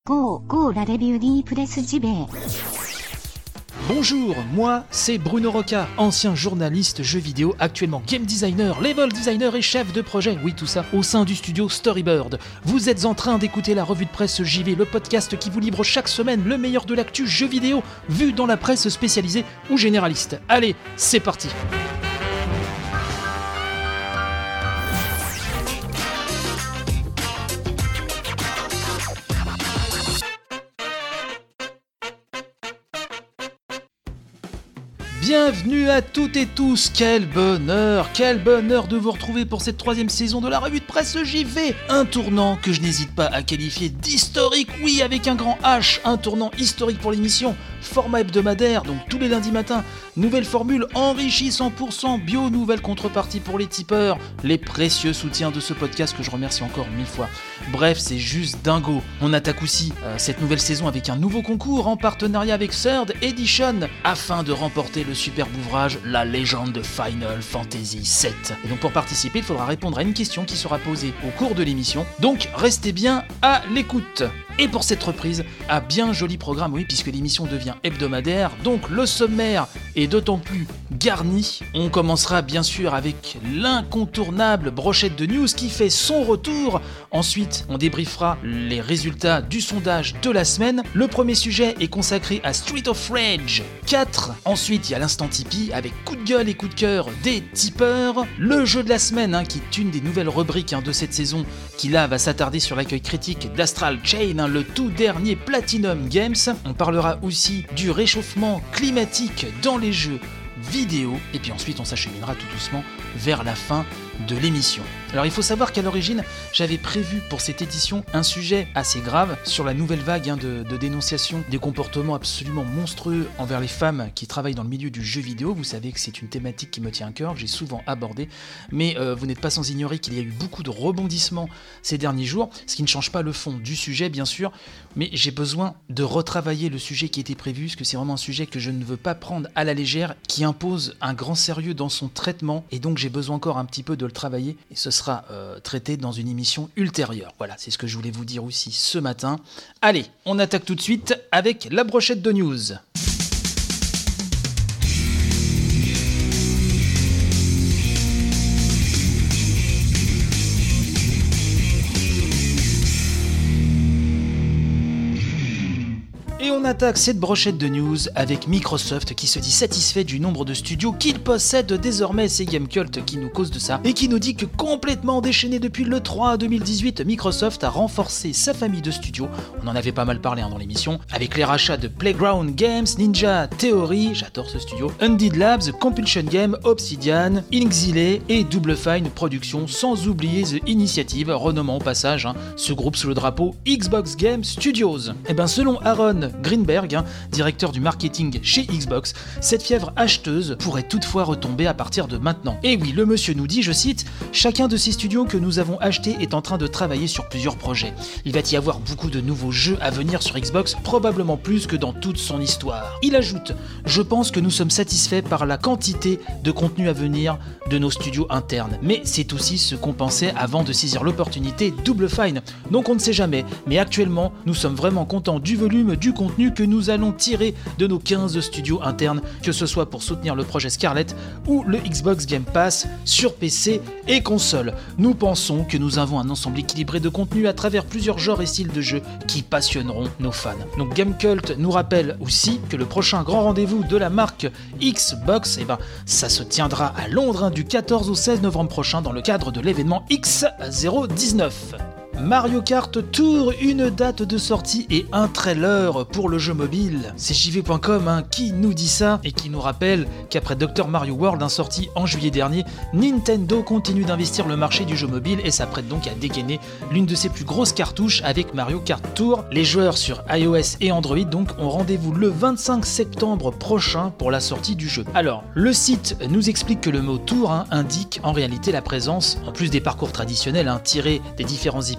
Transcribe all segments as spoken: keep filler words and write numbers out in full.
Go, go la review di presse J B. Bonjour, moi c'est Bruno Roca, ancien journaliste jeux vidéo, actuellement game designer, level designer et chef de projet, oui tout ça, au sein du studio Storybird. Vous êtes en train d'écouter la revue de presse J V, le podcast qui vous livre chaque semaine le meilleur de l'actu jeux vidéo, vu dans la presse spécialisée ou généraliste. Allez, c'est parti. Bienvenue à toutes et tous, quel bonheur, quel bonheur de vous retrouver pour cette troisième saison de la revue de presse J V. Un tournant que je n'hésite pas à qualifier d'historique, oui avec un grand H, un tournant historique pour l'émission, format hebdomadaire, donc tous les lundis matins, nouvelle formule enrichie cent pour cent bio, nouvelle contrepartie pour les tipeurs, les précieux soutiens de ce podcast que je remercie encore mille fois. Bref, c'est juste dingo. On attaque aussi euh, cette nouvelle saison avec un nouveau concours en partenariat avec Third Edition afin de remporter le superbe ouvrage La légende de Final Fantasy sept. Et donc pour participer, il faudra répondre à une question qui sera posée au cours de l'émission. Donc restez bien à l'écoute. Et pour cette reprise, un bien joli programme, oui, puisque l'émission devient hebdomadaire, donc le sommaire est d'autant plus garni. On commencera bien sûr avec l'incontournable brochette de news qui fait son retour. Ensuite, on débriefera les résultats du sondage de la semaine. Le premier sujet est consacré à Street of Rage quatre. Ensuite, il y a l'instant Tipeee avec coup de gueule et coup de cœur des tipeurs. Le jeu de la semaine, hein, qui est une des nouvelles rubriques hein, de cette saison, qui là va s'attarder sur l'accueil critique d'Astral Chain, hein, le tout dernier Platinum Games. On parlera aussi du réchauffement climatique dans les jeux vidéo. Et puis ensuite, on s'acheminera tout doucement vers la fin de l'émission. Alors il faut savoir qu'à l'origine, j'avais prévu pour cette édition un sujet assez grave sur la nouvelle vague hein, de, de dénonciation des comportements absolument monstrueux envers les femmes qui travaillent dans le milieu du jeu vidéo. Vous savez que c'est une thématique qui me tient à cœur, que j'ai souvent abordée, mais euh, vous n'êtes pas sans ignorer qu'il y a eu beaucoup de rebondissements ces derniers jours, ce qui ne change pas le fond du sujet bien sûr, mais j'ai besoin de retravailler le sujet qui était prévu, parce que c'est vraiment un sujet que je ne veux pas prendre à la légère, qui impose un grand sérieux dans son traitement, et donc j'ai besoin encore un petit peu de le travailler, et ce sera euh, traité dans une émission ultérieure. Voilà, c'est ce que je voulais vous dire aussi ce matin. Allez, on attaque tout de suite avec la brochette de news. Et on attaque cette brochette de news avec Microsoft qui se dit satisfait du nombre de studios qu'il possède désormais. C'est Gamecult qui nous cause de ça et qui nous dit que complètement déchaîné depuis le trois deux mille dix-huit, Microsoft a renforcé sa famille de studios. On en avait pas mal parlé hein, dans l'émission, avec les rachats de Playground Games, Ninja Theory, j'adore ce studio, Undead Labs, Compulsion Games, Obsidian, Inxile et Double Fine Productions, sans oublier The Initiative, renommant au passage hein, ce groupe sous le drapeau Xbox Game Studios. Et ben selon Aaron Greenberg, hein, directeur du marketing chez Xbox, cette fièvre acheteuse pourrait toutefois retomber à partir de maintenant. Et oui, le monsieur nous dit, je cite, « Chacun de ces studios que nous avons achetés est en train de travailler sur plusieurs projets. Il va y avoir beaucoup de nouveaux jeux à venir sur Xbox, probablement plus que dans toute son histoire. » Il ajoute, « Je pense que nous sommes satisfaits par la quantité de contenu à venir de nos studios internes, mais c'est aussi ce qu'on pensait avant de saisir l'opportunité Double Fine. Donc on ne sait jamais, mais actuellement, nous sommes vraiment contents du volume du contenu que nous allons tirer de nos quinze studios internes, que ce soit pour soutenir le projet Scarlett ou le Xbox Game Pass sur P C et console. Nous pensons que nous avons un ensemble équilibré de contenu à travers plusieurs genres et styles de jeux qui passionneront nos fans. » Donc Gamecult nous rappelle aussi que le prochain grand rendez-vous de la marque Xbox, eh ben, ça se tiendra à Londres hein, du quatorze au seize novembre prochain dans le cadre de l'événement X zéro dix-neuf. Mario Kart Tour, une date de sortie et un trailer pour le jeu mobile. C'est J V point com hein, qui nous dit ça et qui nous rappelle qu'après Docteur Mario World, un sorti en juillet dernier, Nintendo continue d'investir le marché du jeu mobile et s'apprête donc à dégainer l'une de ses plus grosses cartouches avec Mario Kart Tour. Les joueurs sur iOS et Android donc ont rendez-vous le vingt-cinq septembre prochain pour la sortie du jeu. Alors, le site nous explique que le mot Tour hein, indique en réalité la présence, en plus des parcours traditionnels hein, tirés des différents épisodes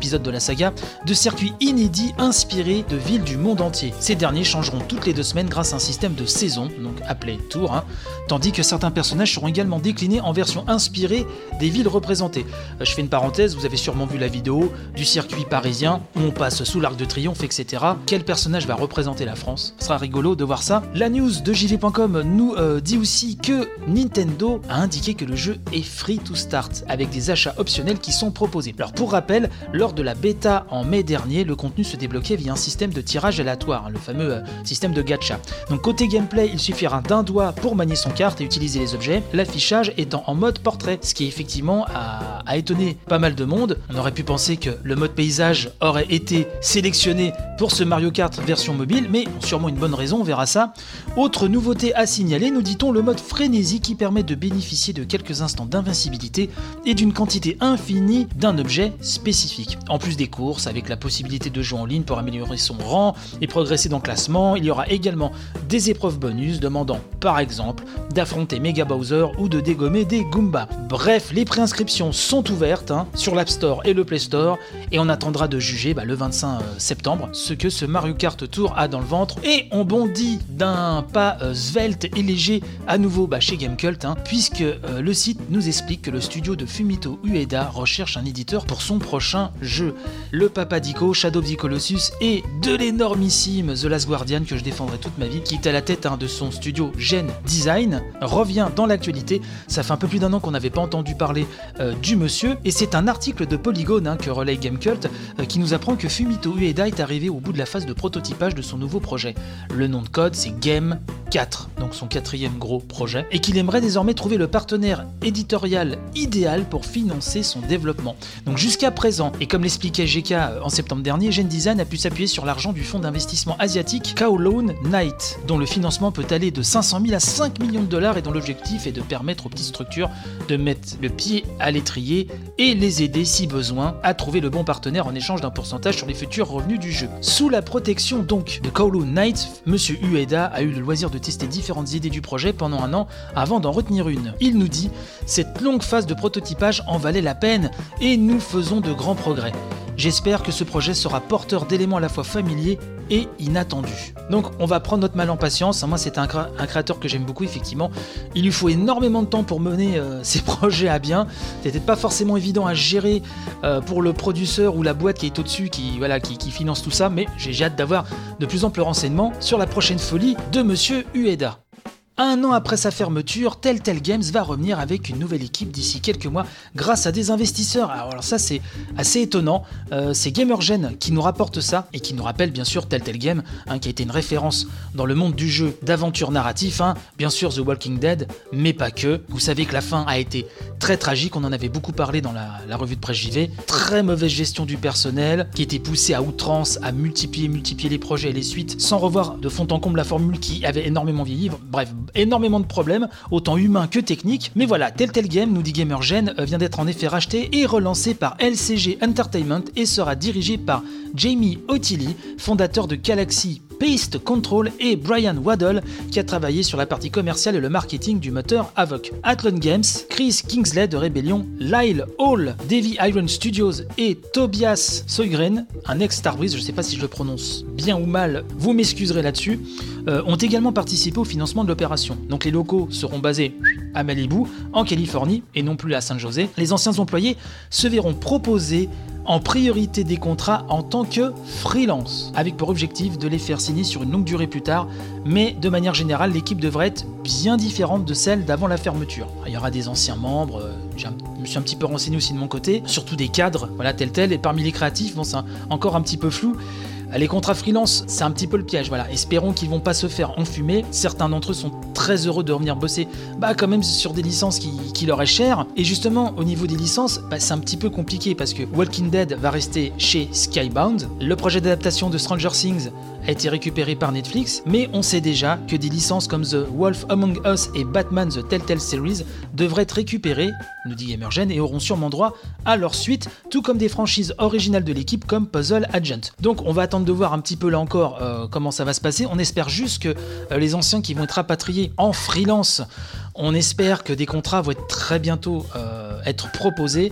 épisodes de la saga, de circuits inédits inspirés de villes du monde entier. Ces derniers changeront toutes les deux semaines grâce à un système de saison, donc appelé tour, hein, tandis que certains personnages seront également déclinés en version inspirée des villes représentées. Euh, je fais une parenthèse, vous avez sûrement vu la vidéo du circuit parisien où on passe sous l'Arc de Triomphe, et cetera. Quel personnage va représenter la France? Ce sera rigolo de voir ça. La news de J V point com nous euh, dit aussi que Nintendo a indiqué que le jeu est free to start, avec des achats optionnels qui sont proposés. Alors pour rappel, lors de la bêta en mai dernier, le contenu se débloquait via un système de tirage aléatoire, hein, le fameux euh, système de gacha. Donc côté gameplay, il suffira d'un doigt pour manier son carte et utiliser les objets, l'affichage étant en mode portrait, ce qui effectivement a, a étonné pas mal de monde. On aurait pu penser que le mode paysage aurait été sélectionné pour ce Mario Kart version mobile, mais sûrement une bonne raison, on verra ça. Autre nouveauté à signaler, nous dit-on, le mode frénésie qui permet de bénéficier de quelques instants d'invincibilité et d'une quantité infinie d'un objet spécifique. En plus des courses, avec la possibilité de jouer en ligne pour améliorer son rang et progresser dans le classement, il y aura également des épreuves bonus demandant par exemple d'affronter Mega Bowser ou de dégommer des Goombas. Bref, les préinscriptions sont ouvertes hein, sur l'App Store et le Play Store et on attendra de juger bah, le vingt-cinq septembre ce que ce Mario Kart Tour a dans le ventre. Et on bondit d'un pas euh, svelte et léger à nouveau bah, chez Gamecult hein, puisque euh, le site nous explique que le studio de Fumito Ueda recherche un éditeur pour son prochain jeu. Le Papadico, Shadow of the Colossus et de l'énormissime The Last Guardian que je défendrai toute ma vie, qui est à la tête hein, de son studio Gen Design, revient dans l'actualité. Ça fait un peu plus d'un an qu'on n'avait pas entendu parler euh, du monsieur, et c'est un article de Polygon hein, que relaye Gamecult euh, qui nous apprend que Fumito Ueda est arrivé au bout de la phase de prototypage de son nouveau projet. Le nom de code c'est Game quatre, donc son quatrième gros projet, et qu'il aimerait désormais trouver le partenaire éditorial idéal pour financer son développement. Donc jusqu'à présent, et comme l'expliquait G K en septembre dernier, Gen Design a pu s'appuyer sur l'argent du fonds d'investissement asiatique Kowloon Knight, dont le financement peut aller de cinq cent mille à cinq millions de dollars et dont l'objectif est de permettre aux petites structures de mettre le pied à l'étrier et les aider si besoin à trouver le bon partenaire en échange d'un pourcentage sur les futurs revenus du jeu. Sous la protection donc de Kowloon Knight, Monsieur Ueda a eu le loisir de tester différentes idées du projet pendant un an avant d'en retenir une. Il nous dit « Cette longue phase de prototypage en valait la peine et nous faisons de grands progrès. J'espère que ce projet sera porteur d'éléments à la fois familiers et inattendus. » Donc on va prendre notre mal en patience. Moi c'est un, cré- un créateur que j'aime beaucoup effectivement. Il lui faut énormément de temps pour mener euh, ses projets à bien. C'est peut-être pas forcément évident à gérer euh, pour le producteur ou la boîte qui est au-dessus, qui, voilà, qui, qui finance tout ça, mais j'ai, j'ai hâte d'avoir de plus amples renseignements sur la prochaine folie de Monsieur Ueda. Un an après sa fermeture, Telltale Games va revenir avec une nouvelle équipe d'ici quelques mois grâce à des investisseurs. Alors, alors ça c'est assez étonnant, euh, c'est Gamergen qui nous rapporte ça et qui nous rappelle bien sûr Telltale Games hein, qui a été une référence dans le monde du jeu d'aventure narratif, hein, bien sûr The Walking Dead, mais pas que. Vous savez que la fin a été très tragique, on en avait beaucoup parlé dans la, la revue de presse J V, très mauvaise gestion du personnel qui était poussé à outrance à multiplier, multiplier les projets et les suites sans revoir de fond en comble la formule qui avait énormément vieilli. Bref, énormément de problèmes, autant humains que techniques, mais voilà, Telltale Game, nous dit Gamergen, vient d'être en effet racheté et relancé par L C G Entertainment et sera dirigé par Jamie O'Tilly, fondateur de Galaxy Pest Control, et Brian Waddell, qui a travaillé sur la partie commerciale et le marketing du moteur Havok. Athlon Games, Chris Kingsley de Rebellion, Lyle Hall, Davy Iron Studios et Tobias Sjögren, un ex-Star Wars, je ne sais pas si je le prononce bien ou mal, vous m'excuserez là-dessus, euh, ont également participé au financement de l'opération. Donc les locaux seront basés à Malibu, en Californie, et non plus à San José. Les anciens employés se verront proposer en priorité des contrats en tant que freelance, avec pour objectif de les faire signer sur une longue durée plus tard, mais de manière générale, l'équipe devrait être bien différente de celle d'avant la fermeture. Il y aura des anciens membres, euh, je me suis un petit peu renseigné aussi de mon côté, surtout des cadres, voilà, tel tel, et parmi les créatifs, bon, c'est un, encore un petit peu flou. Les contrats freelance, c'est un petit peu le piège, voilà. Espérons qu'ils vont pas se faire enfumer. Certains d'entre eux sont très heureux de revenir bosser, bah quand même sur des licences qui, qui leur est chères. Et justement, au niveau des licences, bah, c'est un petit peu compliqué parce que Walking Dead va rester chez Skybound. Le projet d'adaptation de Stranger Things a été récupéré par Netflix, mais on sait déjà que des licences comme The Wolf Among Us et Batman The Telltale Series devraient être récupérées, nous dit Gamergen, et auront sûrement droit à leur suite, tout comme des franchises originales de l'équipe comme Puzzle Agent. Donc on va attendre de voir un petit peu là encore euh, comment ça va se passer. On espère juste que euh, les anciens qui vont être rapatriés en freelance, on espère que des contrats vont être très bientôt euh, être proposés.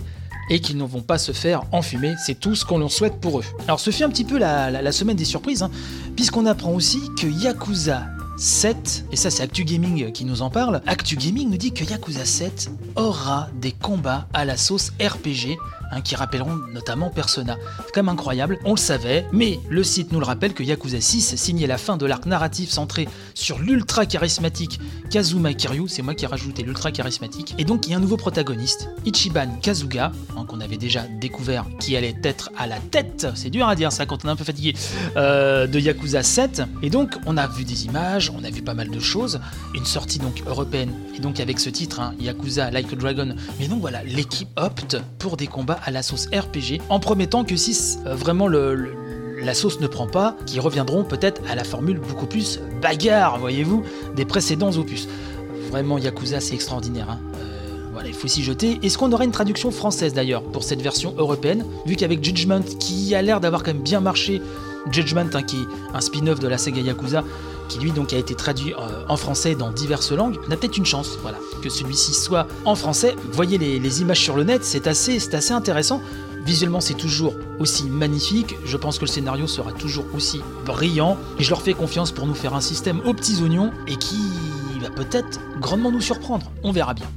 et qu'ils ne vont pas se faire enfumer, c'est tout ce qu'on leur souhaite pour eux. Alors ce fut un petit peu la, la, la semaine des surprises, hein, puisqu'on apprend aussi que Yakuza sept, et ça c'est Actu Gaming qui nous en parle, Actu Gaming nous dit que Yakuza sept aura des combats à la sauce R P G, hein, qui rappelleront notamment Persona. C'est quand même incroyable, on le savait, mais le site nous le rappelle que Yakuza six signait la fin de l'arc narratif centré sur l'ultra charismatique Kazuma Kiryu, c'est moi qui ai rajouté l'ultra charismatique, et donc il y a un nouveau protagoniste, Ichiban Kazuga, hein, qu'on avait déjà découvert, qui allait être à la tête, c'est dur à dire ça quand on est un peu fatigué, euh, de Yakuza sept, et donc on a vu des images, on a vu pas mal de choses, une sortie donc européenne, et donc avec ce titre, hein, Yakuza Like a Dragon, mais donc voilà, l'équipe opte pour des combats à la sauce R P G, en promettant que si euh, vraiment le, le, la sauce ne prend pas, qu'ils reviendront peut-être à la formule beaucoup plus bagarre, voyez-vous, des précédents opus. Vraiment Yakuza c'est extraordinaire, hein. euh, voilà, il faut s'y jeter. Est-ce qu'on aura une traduction française d'ailleurs pour cette version européenne, vu qu'avec Judgment, qui a l'air d'avoir quand même bien marché, Judgment, hein, qui est un spin-off de la saga Yakuza, qui lui donc a été traduit euh, en français dans diverses langues, on a peut-être une chance, voilà, que celui-ci soit en français. Voyez les, les images sur le net, c'est assez, c'est assez intéressant. Visuellement, c'est toujours aussi magnifique. Je pense que le scénario sera toujours aussi brillant. Et je leur fais confiance pour nous faire un système aux petits oignons et qui va peut-être grandement nous surprendre. On verra bien.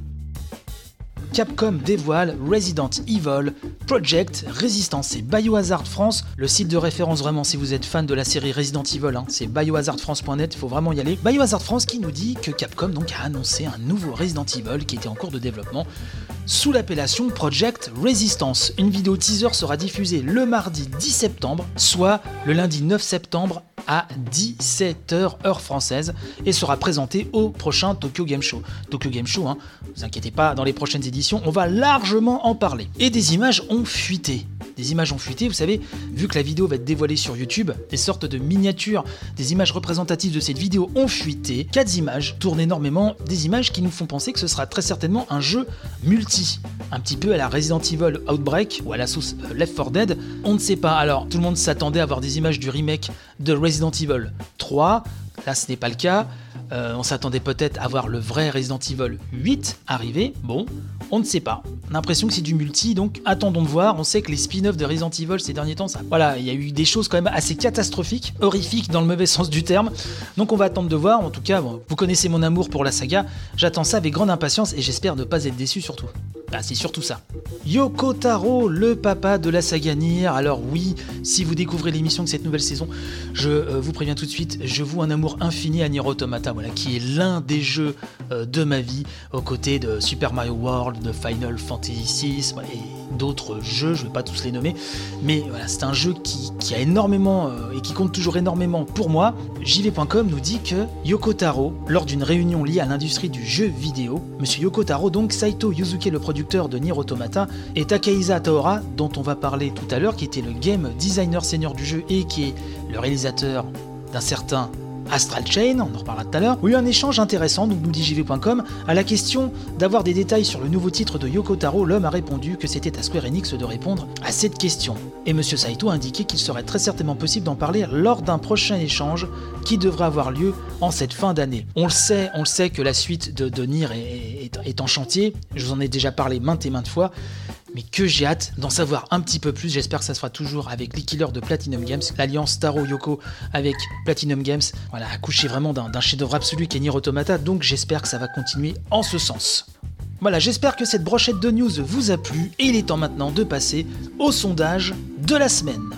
Capcom dévoile Resident Evil Project Resistance. C'est Biohazard France, le site de référence vraiment si vous êtes fan de la série Resident Evil, hein, c'est biohazard france point net, il faut vraiment y aller. Biohazard France qui nous dit que Capcom donc a annoncé un nouveau Resident Evil qui était en cours de développement sous l'appellation Project Resistance. Une vidéo teaser sera diffusée le mardi dix septembre, soit le lundi neuf septembre à dix-sept heures heure française, et sera présentée au prochain Tokyo Game Show. Tokyo Game Show, hein, vous inquiétez pas, dans les prochaines éditions, on va largement en parler. Et des images ont fuité. Des images ont fuité, vous savez, vu que la vidéo va être dévoilée sur YouTube, des sortes de miniatures, des images représentatives de cette vidéo ont fuité. Quatre images tournent énormément, des images qui nous font penser que ce sera très certainement un jeu multi, un petit peu à la Resident Evil Outbreak ou à la sauce Left four Dead, on ne sait pas. Alors tout le monde s'attendait à voir des images du remake de Resident Evil trois, là ce n'est pas le cas. Euh, on s'attendait peut-être à voir le vrai Resident Evil huit arriver, bon, on ne sait pas. On a l'impression que c'est du multi, donc attendons de voir. On sait que les spin-offs de Resident Evil ces derniers temps, ça, voilà, il y a eu des choses quand même assez catastrophiques, horrifiques dans le mauvais sens du terme, donc on va attendre de voir. En tout cas, bon, vous connaissez mon amour pour la saga, j'attends ça avec grande impatience et j'espère ne pas être déçu surtout. Bah, c'est surtout ça. Yoko Taro, le papa de la saga Nier. Alors oui, si vous découvrez l'émission de cette nouvelle saison, je euh, vous préviens tout de suite, je voue un amour infini à Nier Automata, voilà, qui est l'un des jeux euh, de ma vie, aux côtés de Super Mario World, de Final Fantasy six, voilà, et d'autres jeux, je ne vais pas tous les nommer, mais voilà, c'est un jeu qui, qui a énormément, euh, et qui compte toujours énormément pour moi. J V point com nous dit que Yoko Taro, lors d'une réunion liée à l'industrie du jeu vidéo, monsieur Yoko Taro, donc Saito Yuzuke, le producteur de Nier Automata, et Takahisa Taora, dont on va parler tout à l'heure, qui était le game designer senior du jeu et qui est le réalisateur d'un certain Astral Chain, on en reparlera tout à l'heure, ont eu un échange intéressant, donc nous dit J V point com, à la question d'avoir des détails sur le nouveau titre de Yoko Taro. L'homme a répondu que c'était à Square Enix de répondre à cette question. Et Monsieur Saito a indiqué qu'il serait très certainement possible d'en parler lors d'un prochain échange qui devrait avoir lieu en cette fin d'année. On le sait, on le sait que la suite de, de Nier est, est, est en chantier, je vous en ai déjà parlé maintes et maintes fois, mais que j'ai hâte d'en savoir un petit peu plus. J'espère que ça sera toujours avec l'e-killer de Platinum Games, l'alliance Taro-Yoko avec Platinum Games, voilà, accouché vraiment d'un, d'un chef-d'œuvre absolu qui est Nier Automata, donc j'espère que ça va continuer en ce sens. Voilà, j'espère que cette brochette de news vous a plu, et il est temps maintenant de passer au sondage de la semaine.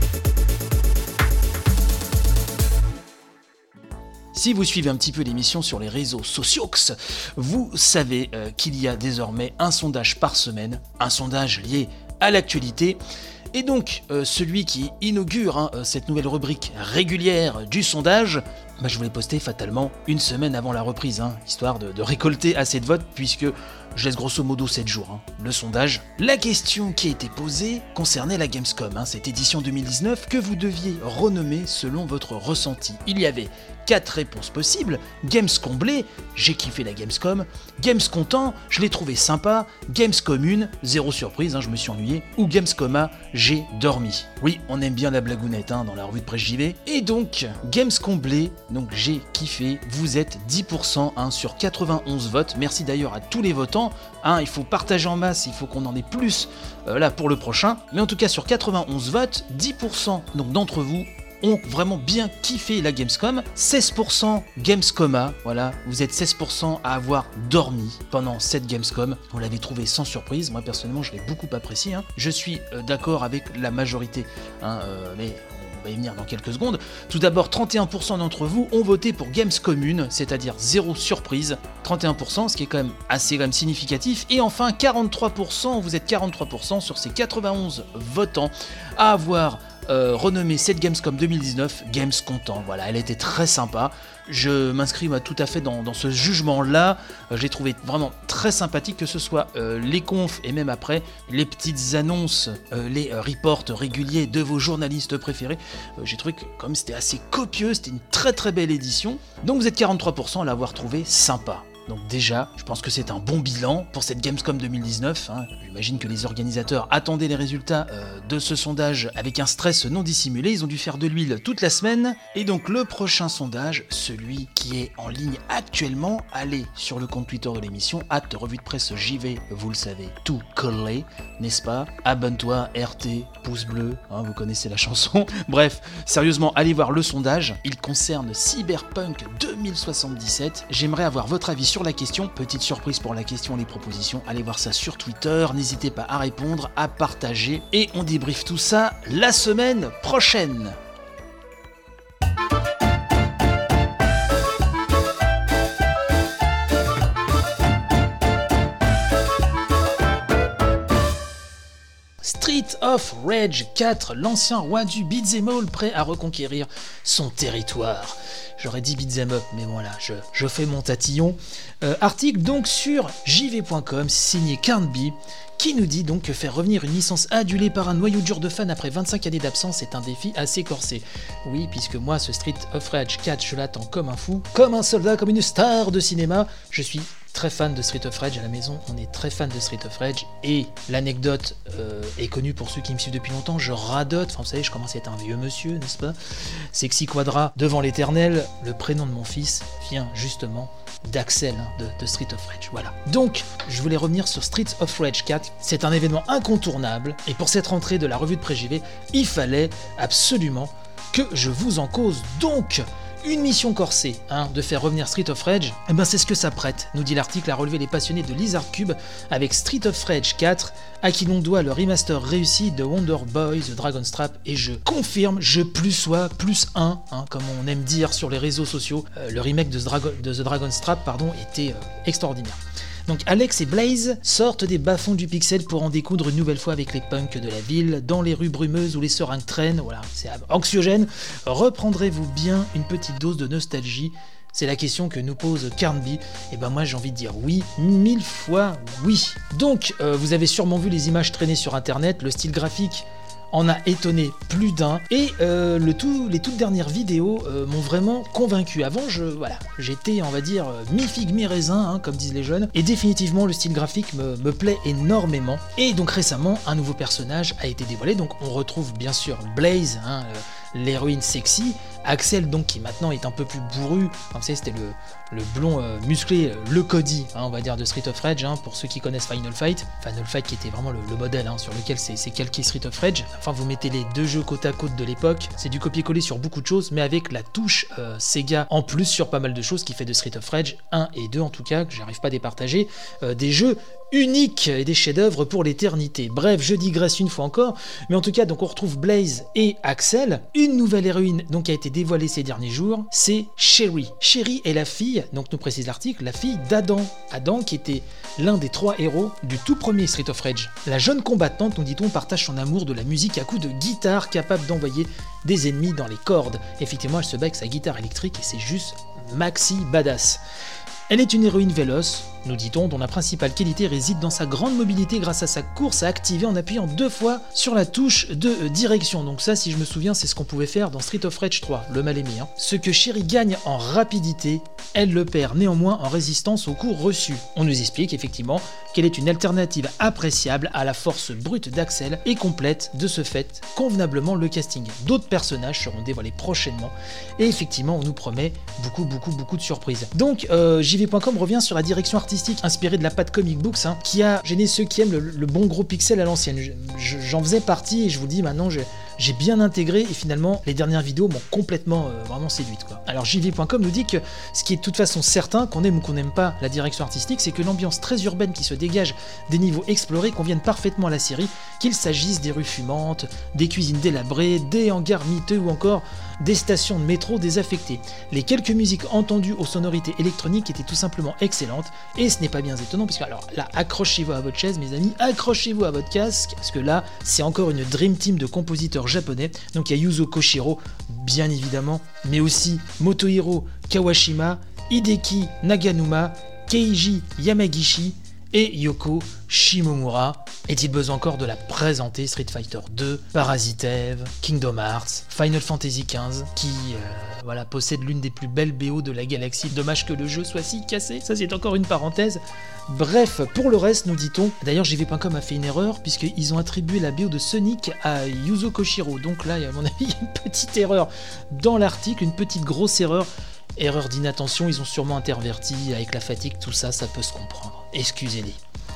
Si vous suivez un petit peu l'émission sur les réseaux sociaux, vous savez euh, qu'il y a désormais un sondage par semaine, un sondage lié à l'actualité. Et donc, euh, celui qui inaugure hein, cette nouvelle rubrique régulière du sondage, bah, je vous l'ai posté fatalement une semaine avant la reprise, hein, histoire de, de récolter assez de votes, puisque je laisse grosso modo sept jours hein, le sondage. La question qui a été posée concernait la Gamescom, hein, cette édition deux mille dix-neuf que vous deviez renommer selon votre ressenti. Il y avait quatre réponses possibles: Games comblé, j'ai kiffé la Gamescom; Games content, je l'ai trouvé sympa; Games commune, zéro surprise, hein, je me suis ennuyé; ou Games coma, j'ai dormi. Oui, on aime bien la blagounette hein, dans la revue de presse J V. Et donc, Games comblé donc j'ai kiffé, vous êtes dix pour cent hein, sur quatre-vingt-onze votes, merci d'ailleurs à tous les votants, hein, il faut partager en masse, il faut qu'on en ait plus euh, là pour le prochain, mais en tout cas sur quatre-vingt-onze votes, dix pour cent donc d'entre vous ont vraiment bien kiffé la Gamescom, seize pour cent Gamescoma, voilà, vous êtes seize pour cent à avoir dormi pendant cette Gamescom, vous l'avez trouvé sans surprise, moi personnellement je l'ai beaucoup apprécié, hein. Je suis euh, d'accord avec la majorité, hein, euh, mais on va y venir dans quelques secondes. Tout d'abord, trente et un pour cent d'entre vous ont voté pour Games Commune, c'est-à-dire zéro surprise, trente et un pour cent, ce qui est quand même assez quand même significatif, et enfin quarante-trois pour cent, vous êtes quarante-trois pour cent sur ces quatre-vingt-onze votants à avoir Euh, renommé cette Gamescom deux mille dix-neuf Games Content. Voilà, elle était très sympa. Je m'inscris moi, tout à fait dans, dans ce jugement-là. Euh, j'ai trouvé vraiment très sympathique que ce soit euh, les confs et même après les petites annonces, euh, les euh, reports réguliers de vos journalistes préférés. Euh, j'ai trouvé que comme c'était assez copieux, c'était une très très belle édition. Donc vous êtes quarante-trois pour cent à l'avoir trouvé sympa. Donc déjà, je pense que c'est un bon bilan pour cette Gamescom deux mille dix-neuf. Hein. J'imagine que les organisateurs attendaient les résultats euh, de ce sondage avec un stress non dissimulé. Ils ont dû faire de l'huile toute la semaine. Et donc le prochain sondage, celui qui est en ligne actuellement, allez sur le compte Twitter de l'émission, hâte revue de presse J V, vous le savez, tout collé, n'est-ce pas? Abonne-toi, R T, pouce bleu, hein, vous connaissez la chanson. Bref, sérieusement, allez voir le sondage. Il concerne Cyberpunk deux mille soixante-dix-sept. J'aimerais avoir votre avis sur la question, petite surprise pour la question, les propositions, allez voir ça sur Twitter, n'hésitez pas à répondre, à partager, et on débriefe tout ça la semaine prochaine. Street of Rage quatre, l'ancien roi du beat'em all prêt à reconquérir son territoire. J'aurais dit beat'em up, mais voilà, je, je fais mon tatillon. Euh, article donc sur J V point com, signé Carnby, qui nous dit donc que faire revenir une licence adulée par un noyau dur de fans après vingt-cinq années d'absence est un défi assez corsé. Oui, puisque moi, ce Street of Rage quatre, je l'attends comme un fou, comme un soldat, comme une star de cinéma. Je suis très fan de Street of Rage à la maison, on est très fan de Street of Rage, et l'anecdote euh, est connue pour ceux qui me suivent depuis longtemps, je radote, enfin vous savez, je commence à être un vieux monsieur, n'est-ce pas? Sexy Quadra, devant l'éternel, le prénom de mon fils vient justement d'Axel, hein, de, de Street of Rage, voilà. Donc, je voulais revenir sur Street of Rage quatre, c'est un événement incontournable, et pour cette rentrée de la revue de Presse J V, il fallait absolument que je vous en cause, donc une mission corsée, hein, de faire revenir Street of Rage, eh ben c'est ce que ça prête, nous dit l'article à relever les passionnés de Lizard Cube avec Street of Rage quatre, à qui l'on doit le remaster réussi de Wonder Boy, The Dragon's Trap, et je confirme, je plus sois plus un, hein, comme on aime dire sur les réseaux sociaux, euh, le remake de The, Drago- de The Dragon's Trap pardon, était euh, extraordinaire. Donc Alex et Blaze sortent des bas-fonds du pixel pour en découdre une nouvelle fois avec les punks de la ville, dans les rues brumeuses où les seringues traînent, voilà, c'est anxiogène. Reprendrez-vous bien une petite dose de nostalgie? C'est la question que nous pose Carnby, et ben moi j'ai envie de dire oui, mille fois oui. Donc, euh, vous avez sûrement vu les images traînées sur internet, le style graphique en a étonné plus d'un, et euh, le tout, les toutes dernières vidéos euh, m'ont vraiment convaincu. Avant, je, voilà, j'étais, on va dire, mi-figue, mi-raisin, hein, comme disent les jeunes, et définitivement le style graphique me, me plaît énormément. Et donc récemment, un nouveau personnage a été dévoilé, donc on retrouve bien sûr Blaze, hein, euh, l'héroïne sexy, Axel donc qui maintenant est un peu plus bourru, enfin, vous savez c'était le, le blond euh, musclé, euh, le Cody, hein, on va dire de Street of Rage, hein, pour ceux qui connaissent Final Fight, Final Fight qui était vraiment le, le modèle, hein, sur lequel c'est, c'est calqué Street of Rage, enfin vous mettez les deux jeux côte à côte de l'époque, c'est du copier-coller sur beaucoup de choses, mais avec la touche euh, Sega en plus sur pas mal de choses qui fait de Street of Rage un et deux en tout cas, que j'arrive pas à départager, euh, des jeux uniques et des chefs-d'œuvre pour l'éternité. Bref, je digresse une fois encore, mais en tout cas, donc on retrouve Blaze et Axel. Une nouvelle héroïne donc a été dévoilée ces derniers jours, c'est Sherry. Sherry est la fille, donc nous précise l'article, la fille d'Adam. Adam qui était l'un des trois héros du tout premier Street of Rage. La jeune combattante, nous dit-on, partage son amour de la musique à coups de guitare capable d'envoyer des ennemis dans les cordes. Effectivement, elle se bat avec sa guitare électrique et c'est juste maxi badass. Elle est une héroïne véloce, nous dit-on, dont la principale qualité réside dans sa grande mobilité grâce à sa course à activer en appuyant deux fois sur la touche de direction. Donc ça, si je me souviens, c'est ce qu'on pouvait faire dans Street of Rage trois, le mal-aimé. Hein. Ce que Sherry gagne en rapidité, elle le perd néanmoins en résistance aux coups reçus. On nous explique effectivement qu'elle est une alternative appréciable à la force brute d'Axel et complète de ce fait convenablement le casting. D'autres personnages seront dévoilés prochainement et effectivement on nous promet beaucoup beaucoup beaucoup de surprises. Donc euh, J V point com revient sur la direction artistique inspirée de la patte comic books hein, qui a gêné ceux qui aiment le, le bon gros pixel à l'ancienne. Je, j'en faisais partie et je vous dis maintenant je, j'ai bien intégré et finalement les dernières vidéos m'ont complètement euh, vraiment séduite quoi. Alors J V point com nous dit que ce qui est de toute façon certain, qu'on aime ou qu'on n'aime pas la direction artistique, c'est que l'ambiance très urbaine qui se dégage des niveaux explorés conviennent parfaitement à la série, qu'il s'agisse des rues fumantes, des cuisines délabrées, des hangars miteux ou encore des stations de métro désaffectées. Les quelques musiques entendues aux sonorités électroniques étaient tout simplement excellentes et ce n'est pas bien étonnant puisque alors là accrochez-vous à votre chaise mes amis, accrochez-vous à votre casque parce que là c'est encore une dream team de compositeurs japonais. Donc il y a Yuzo Koshiro bien évidemment, mais aussi Motohiro Kawashima, Hideki Naganuma, Keiji Yamagishi et Yoko Shimomura. Est-il besoin encore de la présenter? Street Fighter deux, Parasite Eve, Kingdom Hearts, Final Fantasy quinze, qui euh, voilà, possède l'une des plus belles B O de la galaxie. Dommage que le jeu soit si cassé, ça c'est encore une parenthèse. Bref, pour le reste, nous dit-on, d'ailleurs J V point com a fait une erreur, puisqu'ils ont attribué la B O de Sonic à Yuzo Koshiro, donc là, à mon avis, il y a une petite erreur dans l'article, une petite grosse erreur. Erreur d'inattention, ils ont sûrement interverti avec la fatigue, tout ça, ça peut se comprendre. Excusez-les.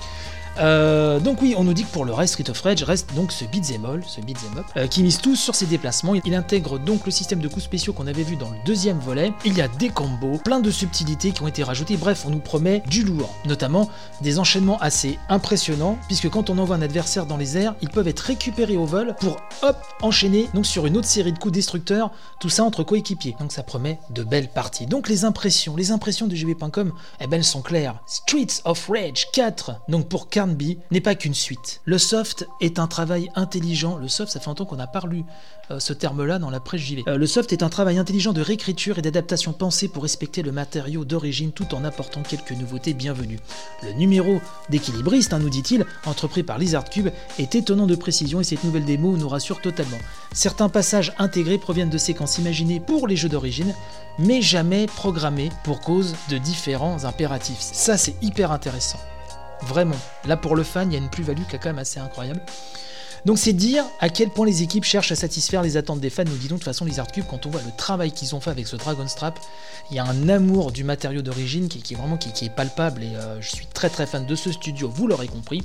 Euh, donc oui, on nous dit que pour le reste, Street of Rage reste donc ce beat'em all, ce beat'em up, euh, qui mise tout sur ses déplacements. Il intègre donc le système de coups spéciaux qu'on avait vu dans le deuxième volet. Il y a des combos, plein de subtilités qui ont été rajoutées. Bref, on nous promet du lourd, notamment des enchaînements assez impressionnants, puisque quand on envoie un adversaire dans les airs, ils peuvent être récupérés au vol pour hop enchaîner donc sur une autre série de coups destructeurs. Tout ça entre coéquipiers. Donc ça promet de belles parties. Donc les impressions, les impressions de J V point com, eh ben elles sont claires. Streets of Rage quatre, donc pour Carnby, n'est pas qu'une suite. Le soft est un travail intelligent. Le soft, ça fait longtemps qu'on a parlé euh, ce terme-là dans la presse J V. Euh, le soft est un travail intelligent de réécriture et d'adaptation pensée pour respecter le matériau d'origine tout en apportant quelques nouveautés bienvenues. Le numéro d'équilibriste, hein, nous dit-il, entrepris par Lizard Cube, est étonnant de précision et cette nouvelle démo nous rassure totalement. Certains passages intégrés proviennent de séquences imaginées pour les jeux d'origine, mais jamais programmés pour cause de différents impératifs. Ça, c'est hyper intéressant. Vraiment, là pour le fan, il y a une plus-value qui est quand même assez incroyable. Donc c'est dire à quel point les équipes cherchent à satisfaire les attentes des fans. Nous disons de toute façon Lizard Cube, quand on voit le travail qu'ils ont fait avec ce Dragon Strap, il y a un amour du matériau d'origine qui, qui est vraiment qui, qui est palpable et euh, je suis très très fan de ce studio, vous l'aurez compris.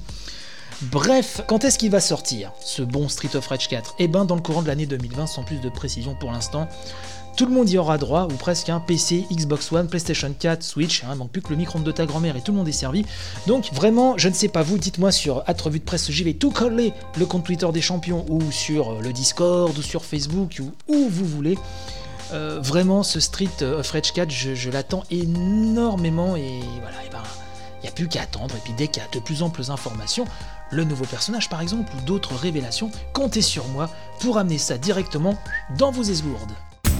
Bref, quand est-ce qu'il va sortir, ce bon Street of Rage quatre? Eh ben dans le courant de l'année deux mille vingt, sans plus de précision pour l'instant. Tout le monde y aura droit, ou presque, un hein, P C, Xbox One, PlayStation quatre, Switch, hein, manque plus que le micro-ondes de ta grand-mère et tout le monde est servi. Donc vraiment, je ne sais pas vous, dites-moi sur at revue de presse J V, tout coller le compte Twitter des champions, ou sur le Discord, ou sur Facebook, ou où vous voulez. Euh, vraiment, ce Street of Rage quatre, je, je l'attends énormément, et voilà, et ben, il n'y a plus qu'à attendre, et puis dès qu'il y a de plus amples informations, le nouveau personnage par exemple, ou d'autres révélations, comptez sur moi pour amener ça directement dans vos esgourdes.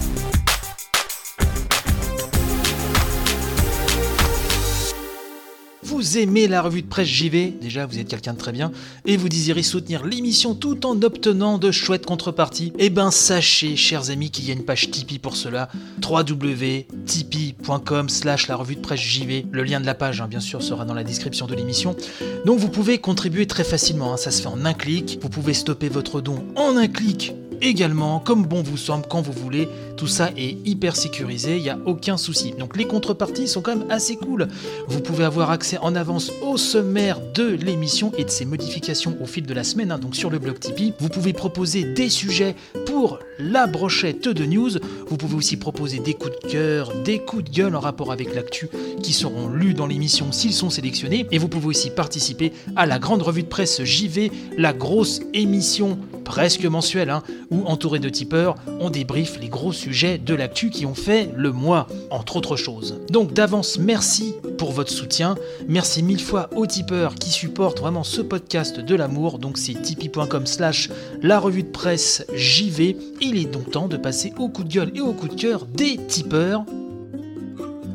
Vous aimez la revue de presse J V, déjà vous êtes quelqu'un de très bien, et vous désirez soutenir l'émission tout en obtenant de chouettes contreparties, eh ben sachez, chers amis, qu'il y a une page Tipeee pour cela, w w w point tipeee point com slash la revue de presse J V. Le lien de la page, hein, bien sûr, sera dans la description de l'émission. Donc vous pouvez contribuer très facilement, hein, ça se fait en un clic, vous pouvez stopper votre don en un clic également, comme bon vous semble, quand vous voulez. Tout ça est hyper sécurisé, il n'y a aucun souci. Donc les contreparties sont quand même assez cool. Vous pouvez avoir accès en avance au sommaire de l'émission et de ses modifications au fil de la semaine, hein, donc sur le blog Tipeee. Vous pouvez proposer des sujets pour la brochette de news. Vous pouvez aussi proposer des coups de cœur, des coups de gueule en rapport avec l'actu qui seront lus dans l'émission s'ils sont sélectionnés. Et vous pouvez aussi participer à la grande revue de presse J V, la grosse émission presque mensuelle, hein, où entouré de tipeurs, on débriefe les gros sujets de l'actu qui ont fait le mois, entre autres choses. Donc d'avance, merci pour votre soutien, merci mille fois aux tipeurs qui supportent vraiment ce podcast de l'amour, donc c'est tipeee point com slash la revue de presse J V. Il est donc temps de passer au coup de gueule et au coup de cœur des tipeurs.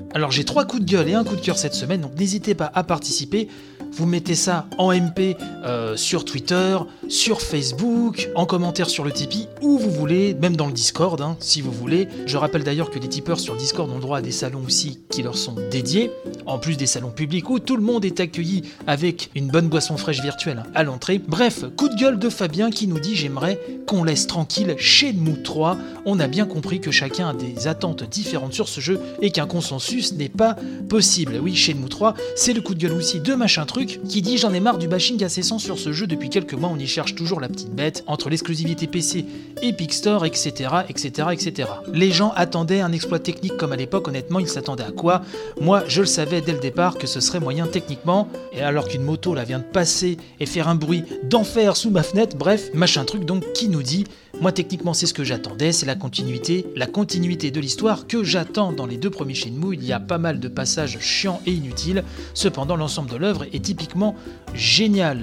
Alors j'ai trois coups de gueule et un coup de cœur cette semaine, donc n'hésitez pas à participer. Vous mettez ça en M P euh, sur Twitter, sur Facebook, en commentaire sur le Tipeee, où vous voulez, même dans le Discord, hein, si vous voulez. Je rappelle d'ailleurs que les tipeurs sur le Discord ont le droit à des salons aussi qui leur sont dédiés, en plus des salons publics où tout le monde est accueilli avec une bonne boisson fraîche virtuelle à l'entrée. Bref, coup de gueule de Fabien qui nous dit « J'aimerais qu'on laisse tranquille Shenmue trois. On a bien compris que chacun a des attentes différentes sur ce jeu et qu'un consensus n'est pas possible. » Oui, Shenmue trois, c'est le coup de gueule aussi de Machin Truc qui dit « J'en ai marre du bashing incessant sur ce jeu depuis quelques mois, on y cherche toujours la petite bête, entre l'exclusivité P C, Epic Store, et cetera, et cetera, et cetera. Les gens attendaient un exploit technique comme à l'époque, honnêtement, ils s'attendaient à quoi? Moi, je le savais dès le départ que ce serait moyen techniquement, et alors qu'une moto là vient de passer et faire un bruit d'enfer sous ma fenêtre, bref, Machin Truc donc qui nous dit « Moi techniquement c'est ce que j'attendais, c'est la continuité, la continuité de l'histoire que j'attends dans les deux premiers Shenmue, il y a pas mal de passages chiants et inutiles, cependant l'ensemble de l'œuvre est typiquement génial. »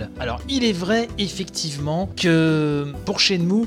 Alors il est vrai effectivement que pour Shenmue,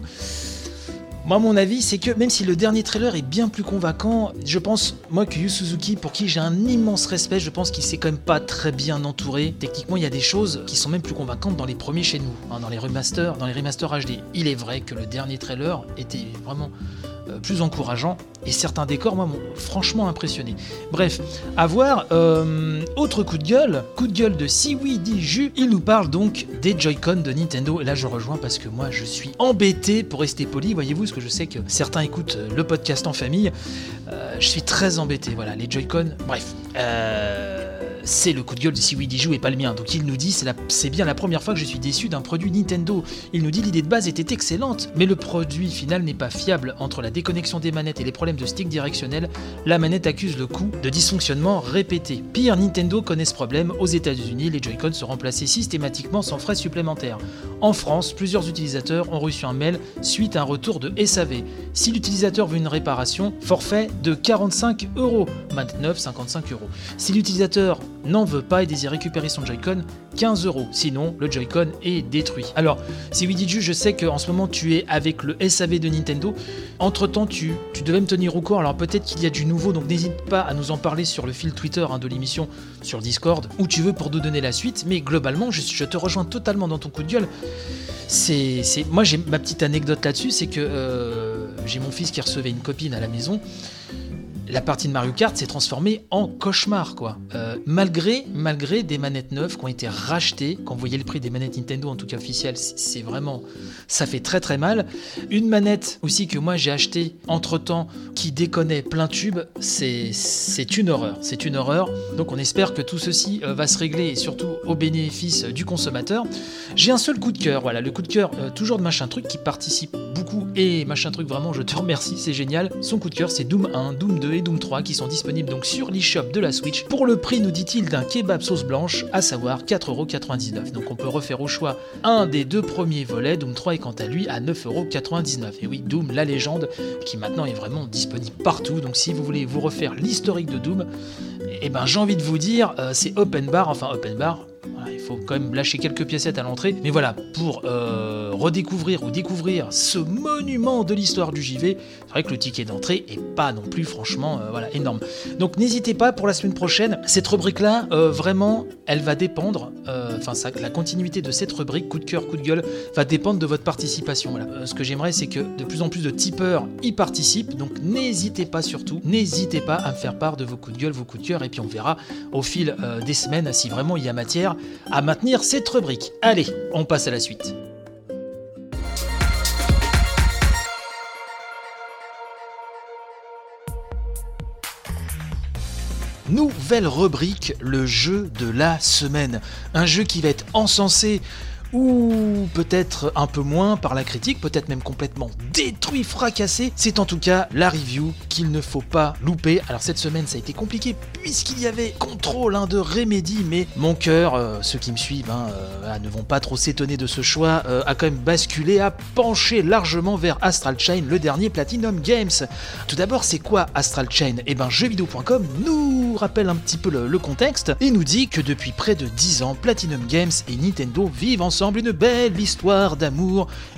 moi mon avis c'est que même si le dernier trailer est bien plus convaincant, je pense moi que Yu Suzuki, pour qui j'ai un immense respect, je pense qu'il s'est quand même pas très bien entouré. Techniquement il y a des choses qui sont même plus convaincantes dans les premiers Shenmue, hein, dans les remasters, dans les remasters H D. Il est vrai que le dernier trailer était vraiment euh, plus encourageant et certains décors moi m'ont franchement impressionné. Bref, à voir. Euh, autre coup de gueule, coup de gueule de Siwi Diju, il nous parle donc des Joy-Con de Nintendo et là je rejoins parce que moi je suis embêté pour rester poli, voyez-vous, parce que je sais que certains écoutent le podcast en famille, euh, je suis très embêté, voilà, les Joy-Con, bref, euh... c'est le coup de gueule de Siwi Diju et pas le mien. Donc il nous dit c'est, la, c'est bien la première fois que je suis déçu d'un produit Nintendo. Il nous dit l'idée de base était excellente, mais le produit final n'est pas fiable. Entre la déconnexion des manettes et les problèmes de stick directionnel, la manette accuse le coup de dysfonctionnement répété. Pire, Nintendo connaît ce problème. Aux États-Unis, les Joy-Con sont remplacés systématiquement sans frais supplémentaires. En France, plusieurs utilisateurs ont reçu un mail suite à un retour de S A V. Si l'utilisateur veut une réparation, forfait de quarante-cinq euros, maintenant cinquante-cinq euros. Si l'utilisateur n'en veut pas et désire récupérer son Joy-Con, quinze euros. Sinon, le Joy-Con est détruit. Alors, Siwidiju, je sais qu'en ce moment tu es avec le S A V de Nintendo. Entre temps, tu, tu devais me tenir au courant. Alors peut-être qu'il y a du nouveau, donc n'hésite pas à nous en parler sur le fil Twitter hein, de l'émission, sur le Discord, où tu veux pour nous donner la suite. Mais globalement, je, je te rejoins totalement dans ton coup de gueule. C'est, c'est... Moi, j'ai ma petite anecdote là-dessus, c'est que euh, j'ai mon fils qui recevait une copine à la maison. La partie de Mario Kart s'est transformée en cauchemar, quoi. Euh, malgré, malgré des manettes neuves qui ont été rachetées, quand vous voyez le prix des manettes Nintendo, en tout cas officielles, c'est, c'est vraiment... ça fait très très mal. Une manette aussi que moi j'ai achetée entre-temps, qui déconnait plein tube, c'est, c'est une horreur. C'est une horreur. Donc on espère que tout ceci euh, va se régler, et surtout au bénéfice du consommateur. J'ai un seul coup de cœur, voilà, le coup de cœur euh, toujours de Machin Truc, qui participe beaucoup, et Machin Truc, vraiment, je te remercie, c'est génial. Son coup de cœur, c'est Doom un, Doom deux et Doom trois qui sont disponibles donc sur l'eShop de la Switch pour le prix, nous dit-il, d'un kebab sauce blanche, à savoir quatre euros quatre-vingt-dix-neuf. Donc on peut refaire au choix un des deux premiers volets. Doom trois est quant à lui à neuf euros quatre-vingt-dix-neuf. Et oui, Doom, la légende, qui maintenant est vraiment disponible partout. Donc si vous voulez vous refaire l'historique de Doom, eh ben j'ai envie de vous dire, euh, c'est open bar, enfin open bar. Voilà, il faut quand même lâcher quelques piécettes à l'entrée. Mais voilà, pour euh, redécouvrir ou découvrir ce monument de l'histoire du J V, c'est vrai que le ticket d'entrée est pas non plus franchement euh, voilà, énorme. Donc n'hésitez pas pour la semaine prochaine. Cette rubrique-là, euh, vraiment, elle va dépendre, enfin euh, la continuité de cette rubrique, coup de cœur, coup de gueule, va dépendre de votre participation. Voilà. Euh, ce que j'aimerais, c'est que de plus en plus de tipeurs y participent. Donc n'hésitez pas surtout, n'hésitez pas à me faire part de vos coups de gueule, vos coups de cœur, et puis on verra au fil euh, des semaines si vraiment il y a matière à maintenir cette rubrique. Allez, on passe à la suite. Nouvelle rubrique, le jeu de la semaine. Un jeu qui va être encensé ou peut-être un peu moins par la critique, peut-être même complètement détruit, fracassé. C'est en tout cas la review qu'il ne faut pas louper. Alors cette semaine ça a été compliqué puisqu'il y avait Control hein, de Remedy, mais mon cœur, euh, ceux qui me suivent hein, euh, ne vont pas trop s'étonner de ce choix, euh, a quand même basculé, a penché largement vers Astral Chain, le dernier Platinum Games. Tout d'abord, c'est quoi Astral Chain ? Eh ben jeuxvideo point com nous rappelle un petit peu le, le contexte et nous dit que depuis près de dix ans, Platinum Games et Nintendo vivent ensemble une belle histoire d'amour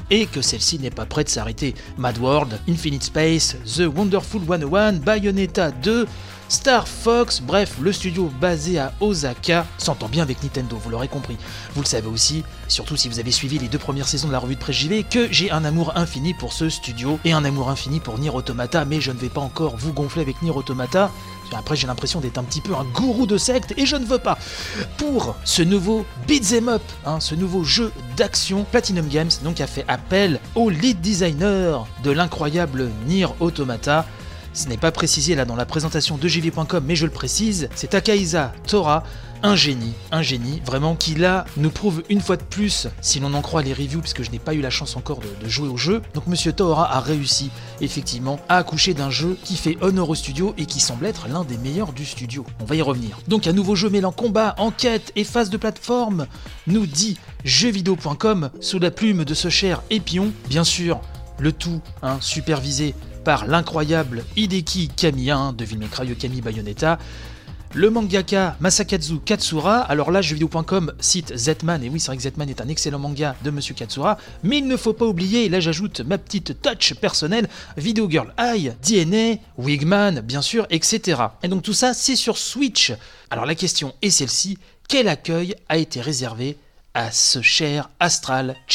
et que celle-ci n'est pas prête de s'arrêter. Mad World, Infinite Space, The Wonderful cent un, Bayonetta deux, Star Fox, bref, le studio basé à Osaka s'entend bien avec Nintendo, vous l'aurez compris. Vous le savez aussi, surtout si vous avez suivi les deux premières saisons de la revue de presse J V, que j'ai un amour infini pour ce studio et un amour infini pour Nier Automata, mais je ne vais pas encore vous gonfler avec Nier Automata. Après, j'ai l'impression d'être un petit peu un gourou de secte et je ne veux pas. Pour ce nouveau beat'em up, hein, ce nouveau jeu d'action, Platinum Games donc a fait appel au lead designer de l'incroyable Nier Automata. Ce n'est pas précisé là dans la présentation de J V point com, mais je le précise, c'est Takahisa Tora, un génie, un génie, vraiment, qui là nous prouve une fois de plus, si l'on en croit les reviews, puisque je n'ai pas eu la chance encore de, de jouer au jeu, donc Monsieur Tora a réussi, effectivement, à accoucher d'un jeu qui fait honneur au studio et qui semble être l'un des meilleurs du studio. On va y revenir. Donc un nouveau jeu mêlant combat, enquête et phase de plateforme, nous dit jeux vidéo point com, sous la plume de ce cher Epion, bien sûr, le tout hein, supervisé par l'incroyable Hideki Kamiya, hein, de Devil May Cry, Okami, Bayonetta, le mangaka Masakazu Katsura. Alors là, jeux vidéo point com cite Zetman, et oui, c'est vrai que Zetman est un excellent manga de Monsieur Katsura, mais il ne faut pas oublier, et là j'ajoute ma petite touch personnelle, Video Girl Eye, D N A, Wigman, bien sûr, et cetera. Et donc tout ça, c'est sur Switch. Alors la question est celle-ci, quel accueil a été réservé à ce cher Astral Chain ?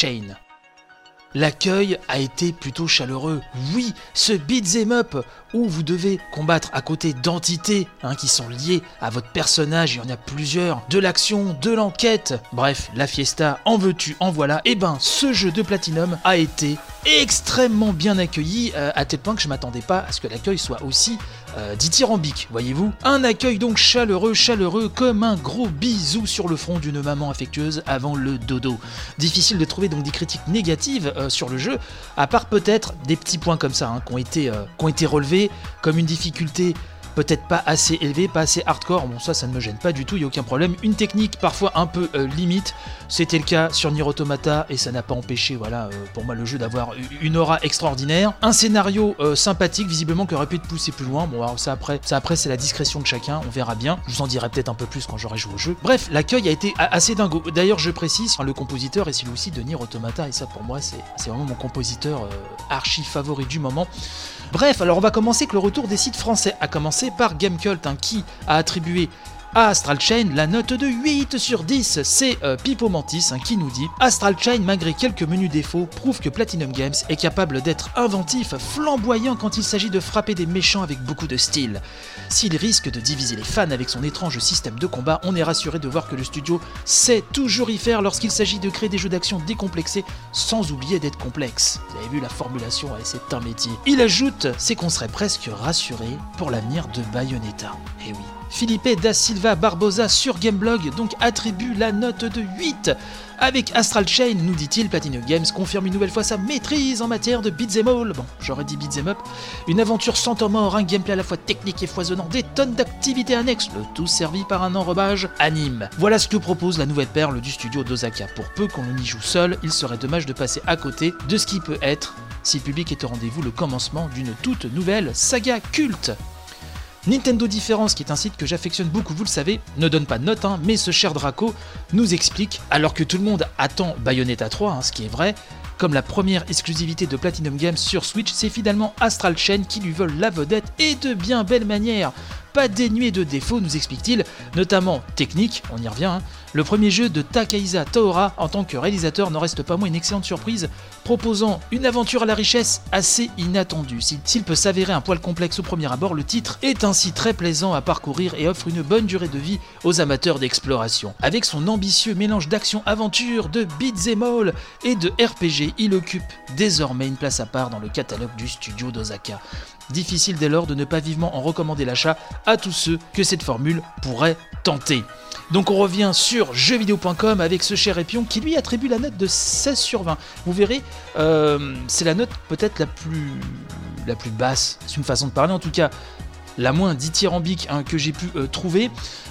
L'accueil a été plutôt chaleureux. Oui, ce beat'em up où vous devez combattre à côté d'entités hein, qui sont liées à votre personnage, il y en a plusieurs, de l'action, de l'enquête, bref, la fiesta, en veux-tu, en voilà, et ben ce jeu de Platinum a été extrêmement bien accueilli, euh, à tel point que je m'attendais pas à ce que l'accueil soit aussi euh, dithyrambique, voyez-vous. Un accueil donc chaleureux, chaleureux, comme un gros bisou sur le front d'une maman affectueuse avant le dodo. Difficile de trouver donc des critiques négatives euh, sur le jeu, à part peut-être des petits points comme ça, hein, qui ont été, euh, qui ont été relevés, comme une difficulté peut-être pas assez élevée, pas assez hardcore, bon ça ça ne me gêne pas du tout, il n'y a aucun problème, une technique parfois un peu euh, limite, c'était le cas sur Nier Automata et ça n'a pas empêché voilà, euh, pour moi le jeu d'avoir une aura extraordinaire, un scénario euh, sympathique visiblement qui aurait pu être poussé plus loin, bon alors ça après, ça après c'est la discrétion de chacun, on verra bien, je vous en dirai peut-être un peu plus quand j'aurai joué au jeu. Bref, l'accueil a été assez dingo, d'ailleurs je précise, le compositeur est celui aussi de Nier Automata et ça pour moi c'est, c'est vraiment mon compositeur euh, archi favori du moment. Bref, alors on va commencer avec le retour des sites français, à commencer par Gamecult, hein, qui a attribué à Astral Chain la note de huit sur dix. C'est euh, Pipo Mantis hein, qui nous dit « Astral Chain, malgré quelques menus défauts, prouve que Platinum Games est capable d'être inventif, flamboyant quand il s'agit de frapper des méchants avec beaucoup de style. S'il risque de diviser les fans avec son étrange système de combat, on est rassuré de voir que le studio sait toujours y faire lorsqu'il s'agit de créer des jeux d'action décomplexés sans oublier d'être complexes. » Vous avez vu la formulation, ouais, c'est un métier. Il ajoute « C'est qu'on serait presque rassuré pour l'avenir de Bayonetta. » Eh oui. Philippe da Silva Barbosa sur Gameblog donc attribue la note de huit. Avec Astral Chain, nous dit-il, Platinum Games confirme une nouvelle fois sa maîtrise en matière de beat'em all, bon, j'aurais dit beat'em up, une aventure sans temps mort, un gameplay à la fois technique et foisonnant, des tonnes d'activités annexes, le tout servi par un enrobage anime. Voilà ce que propose la nouvelle perle du studio d'Osaka. Pour peu qu'on y joue seul, il serait dommage de passer à côté de ce qui peut être, si le public est au rendez-vous, le commencement d'une toute nouvelle saga culte. Nintendo Différence, qui est un site que j'affectionne beaucoup, vous le savez, ne donne pas de note, hein, mais ce cher Draco nous explique, alors que tout le monde attend Bayonetta trois, hein, ce qui est vrai, comme la première exclusivité de Platinum Games sur Switch, c'est finalement Astral Chain qui lui vole la vedette et de bien belle manière. Pas dénué de défauts, nous explique-t-il, notamment technique, on y revient, hein. Le premier jeu de Takahisa Tora en tant que réalisateur n'en reste pas moins une excellente surprise, proposant une aventure à la richesse assez inattendue. S'il peut s'avérer un poil complexe au premier abord, le titre est ainsi très plaisant à parcourir et offre une bonne durée de vie aux amateurs d'exploration. Avec son ambitieux mélange d'action-aventure, de beat'em all et de R P G, il occupe désormais une place à part dans le catalogue du studio d'Osaka. Difficile dès lors de ne pas vivement en recommander l'achat à tous ceux que cette formule pourrait tenter. Donc on revient sur jeux vidéo point com avec ce cher Epion qui lui attribue la note de seize sur vingt. Vous verrez, euh, c'est la note peut-être la plus, la plus basse, c'est une façon de parler en tout cas. la moins dithyrambique hein, que j'ai pu euh, trouver.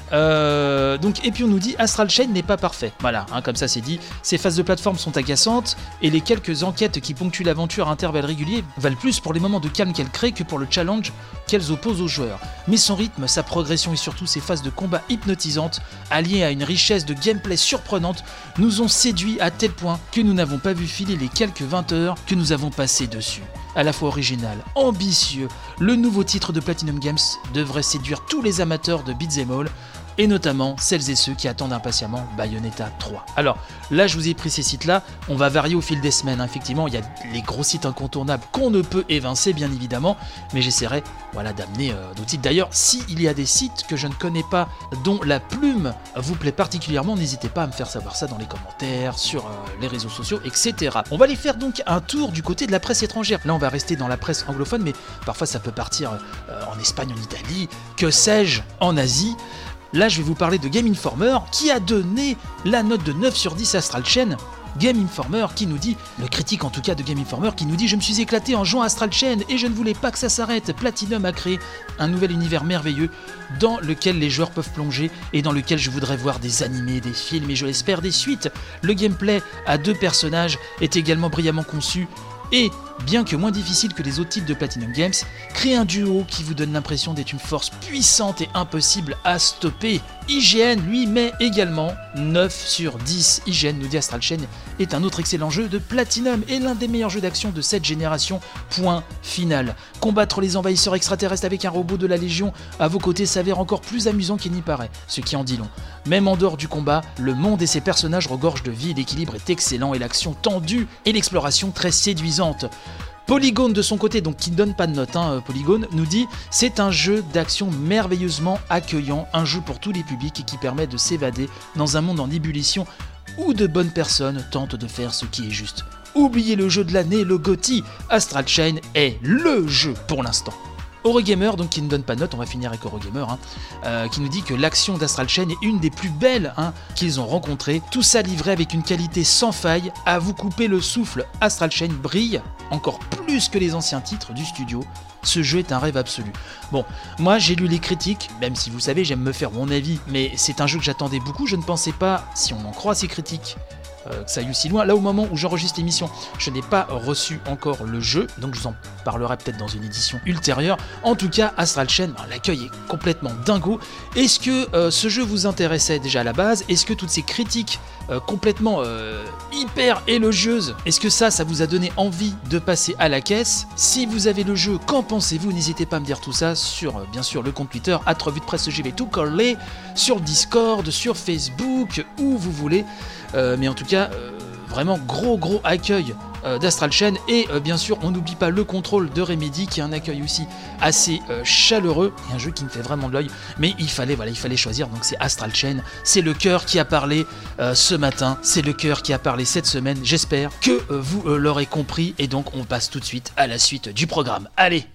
Euh, donc, et puis on nous dit Astral Chain n'est pas parfait. Voilà, hein, comme ça c'est dit. Ces phases de plateforme sont agaçantes et les quelques enquêtes qui ponctuent l'aventure à intervalles réguliers valent plus pour les moments de calme qu'elles créent que pour le challenge qu'elles opposent aux joueurs. Mais son rythme, sa progression et surtout ses phases de combat hypnotisantes, alliées à une richesse de gameplay surprenante, nous ont séduits à tel point que nous n'avons pas vu filer les quelques vingt heures que nous avons passées dessus. À la fois original, ambitieux, le nouveau titre de Platinum Games devrait séduire tous les amateurs de beat'em all, et notamment celles et ceux qui attendent impatiemment Bayonetta trois. Alors là je vous ai pris ces sites là, on va varier au fil des semaines, hein. Effectivement il y a les gros sites incontournables qu'on ne peut évincer bien évidemment, mais j'essaierai voilà, d'amener euh, d'autres sites. D'ailleurs s'il y a des sites que je ne connais pas, dont la plume vous plaît particulièrement, n'hésitez pas à me faire savoir ça dans les commentaires, sur euh, les réseaux sociaux, et cetera. On va aller faire donc un tour du côté de la presse étrangère. Là on va rester dans la presse anglophone, mais parfois ça peut partir euh, en Espagne, en Italie, que sais-je, en Asie. Là, je vais vous parler de Game Informer qui a donné la note de neuf sur dix à Astral Chain. Game Informer qui nous dit, le critique en tout cas de Game Informer qui nous dit « Je me suis éclaté en jouant à Astral Chain et je ne voulais pas que ça s'arrête. Platinum a créé un nouvel univers merveilleux dans lequel les joueurs peuvent plonger et dans lequel je voudrais voir des animés, des films et je l'espère des suites. Le gameplay à deux personnages est également brillamment conçu. Et, bien que moins difficile que les autres titres de Platinum Games, crée un duo qui vous donne l'impression d'être une force puissante et impossible à stopper. I G N, lui, met également neuf sur dix. I G N nous dit Astral Chain est un autre excellent jeu de Platinum et l'un des meilleurs jeux d'action de cette génération. Point final. Combattre les envahisseurs extraterrestres avec un robot de la Légion à vos côtés s'avère encore plus amusant qu'il n'y paraît, ce qui en dit long. Même en dehors du combat, le monde et ses personnages regorgent de vie, l'équilibre est excellent et l'action tendue et l'exploration très séduisante. Polygone de son côté, donc qui ne donne pas de note, hein, Polygone, nous dit « C'est un jeu d'action merveilleusement accueillant, un jeu pour tous les publics et qui permet de s'évader dans un monde en ébullition où de bonnes personnes tentent de faire ce qui est juste. Oubliez le jeu de l'année, le GOTY, Astral Chain est LE jeu pour l'instant. » Eurogamer, donc qui ne donne pas de note, on va finir avec Eurogamer, hein, euh, qui nous dit que l'action d'Astral Chain est une des plus belles hein, qu'ils ont rencontrées, tout ça livré avec une qualité sans faille, à vous couper le souffle. Astral Chain brille encore plus que les anciens titres du studio, ce jeu est un rêve absolu. Bon, moi j'ai lu les critiques, même si vous savez j'aime me faire mon avis, mais c'est un jeu que j'attendais beaucoup, je ne pensais pas, si on en croit ces critiques, Euh, que ça aille aussi loin. Là au moment où j'enregistre l'émission, je n'ai pas reçu encore le jeu, donc je vous en parlerai peut-être dans une édition ultérieure. En tout cas, Astral Chain, ben, l'accueil est complètement dingo. Est-ce que euh, ce jeu vous intéressait déjà à la base? Est-ce que toutes ces critiques euh, complètement euh, hyper élogieuses, est-ce que ça, ça vous a donné envie de passer à la caisse? Si vous avez le jeu, qu'en pensez-vous? N'hésitez pas à me dire tout ça sur, euh, bien sûr, le compte Twitter, arobase revue de presse J V tout collé, sur le Discord, sur Facebook, où vous voulez. Euh, mais en tout cas, euh, vraiment gros gros accueil euh, d'Astral Chain et euh, bien sûr on n'oublie pas le contrôle de Remedy qui est un accueil aussi assez euh, chaleureux et un jeu qui me fait vraiment de l'œil, mais il fallait voilà il fallait choisir, donc c'est Astral Chain, c'est le cœur qui a parlé euh, ce matin, c'est le cœur qui a parlé cette semaine, j'espère que euh, vous euh, l'aurez compris et donc on passe tout de suite à la suite du programme. Allez!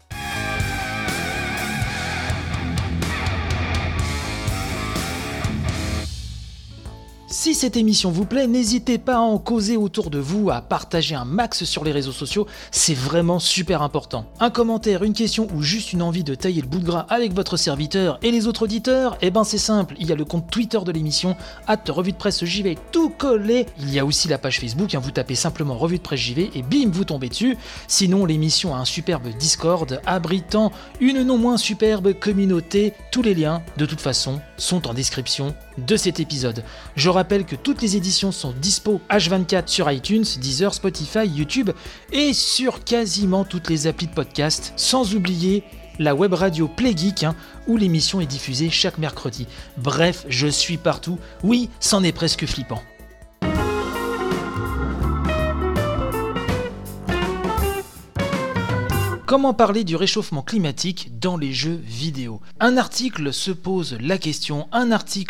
Si cette émission vous plaît, n'hésitez pas à en causer autour de vous, à partager un max sur les réseaux sociaux, c'est vraiment super important. Un commentaire, une question ou juste une envie de tailler le bout de gras avec votre serviteur et les autres auditeurs, eh ben c'est simple, il y a le compte Twitter de l'émission, arobase revue de presse J V tout collé. Il y a aussi la page Facebook, hein, vous tapez simplement Revue de presse J V et bim, vous tombez dessus. Sinon, l'émission a un superbe Discord abritant une non moins superbe communauté. Tous les liens, de toute façon, sont en description de cet épisode. Je rappelle que toutes les éditions sont dispo H vingt-quatre sur iTunes, Deezer, Spotify, YouTube et sur quasiment toutes les applis de podcast, sans oublier la web radio Playgeek, hein, où l'émission est diffusée chaque mercredi. Bref, je suis partout. Oui, c'en est presque flippant. Comment parler du réchauffement climatique dans les jeux vidéo? Un article se pose la question, un article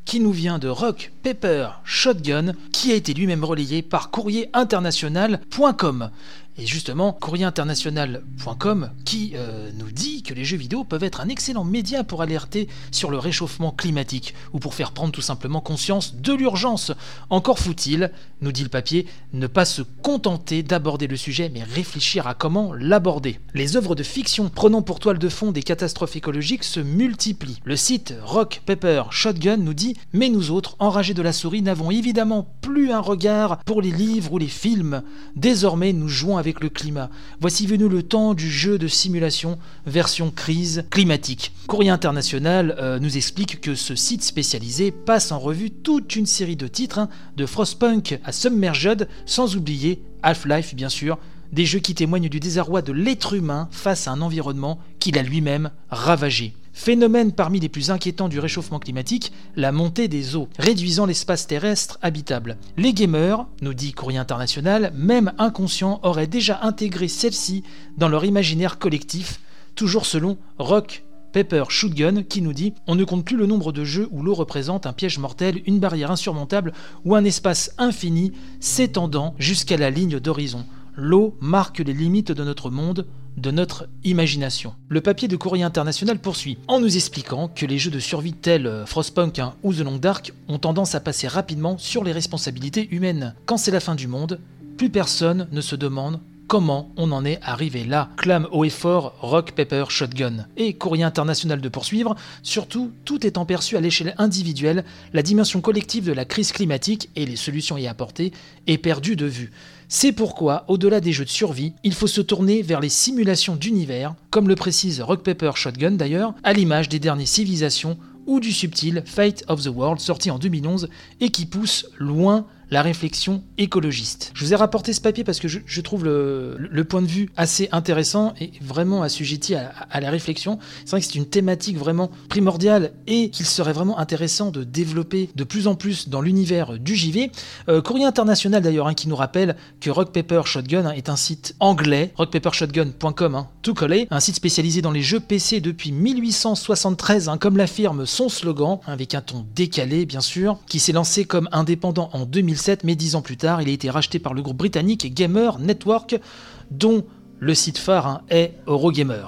qui nous vient de Rock Paper Shotgun, qui a été lui-même relayé par courrier international point com. Et justement, courrier international point com qui euh, nous dit que les jeux vidéo peuvent être un excellent média pour alerter sur le réchauffement climatique ou pour faire prendre tout simplement conscience de l'urgence. Encore faut-il, nous dit le papier, ne pas se contenter d'aborder le sujet mais réfléchir à comment l'aborder. Les œuvres de fiction prenant pour toile de fond des catastrophes écologiques se multiplient. Le site Rock Paper Shotgun nous dit « Mais nous autres, enragés de la souris, n'avons évidemment plus un regard pour les livres ou les films. Désormais, nous jouons avec le climat. Voici venu le temps du jeu de simulation version crise climatique. » Courrier international euh, nous explique que ce site spécialisé passe en revue toute une série de titres, hein, de Frostpunk à Submerged, sans oublier Half-Life bien sûr, des jeux qui témoignent du désarroi de l'être humain face à un environnement qu'il a lui-même ravagé. Phénomène parmi les plus inquiétants du réchauffement climatique, la montée des eaux, réduisant l'espace terrestre habitable. Les gamers, nous dit Courrier International, même inconscients, auraient déjà intégré celle-ci dans leur imaginaire collectif, toujours selon Rock Paper Shotgun qui nous dit « On ne compte plus le nombre de jeux où l'eau représente un piège mortel, une barrière insurmontable ou un espace infini s'étendant jusqu'à la ligne d'horizon. L'eau marque les limites de notre monde, de notre imagination. » Le papier de Courrier International poursuit en nous expliquant que les jeux de survie tels Frostpunk hein, ou The Long Dark ont tendance à passer rapidement sur les responsabilités humaines. Quand c'est la fin du monde, plus personne ne se demande comment on en est arrivé là, clame haut et fort Rock Paper Shotgun. Et Courrier International de poursuivre, surtout, tout étant perçu à l'échelle individuelle, la dimension collective de la crise climatique et les solutions y apportées est perdue de vue. C'est pourquoi, au-delà des jeux de survie, il faut se tourner vers les simulations d'univers, comme le précise Rock Paper Shotgun d'ailleurs, à l'image des dernières civilisations ou du subtil Fate of the World sorti en deux mille onze et qui pousse loin la réflexion écologiste. Je vous ai rapporté ce papier parce que je, je trouve le, le point de vue assez intéressant et vraiment assujetti à, à la réflexion. C'est vrai que c'est une thématique vraiment primordiale et qu'il serait vraiment intéressant de développer de plus en plus dans l'univers du J V. Euh, Courrier International d'ailleurs hein, qui nous rappelle que Rock Paper Shotgun hein, est un site anglais, rock paper shotgun point com, hein, tout collé, un site spécialisé dans les jeux P C depuis mille huit cent soixante-treize, hein, comme l'affirme son slogan, avec un ton décalé bien sûr, qui s'est lancé comme indépendant en deux mille sept, mais dix ans plus tard, il a été racheté par le groupe britannique Gamer Network, dont le site phare hein, est Eurogamer.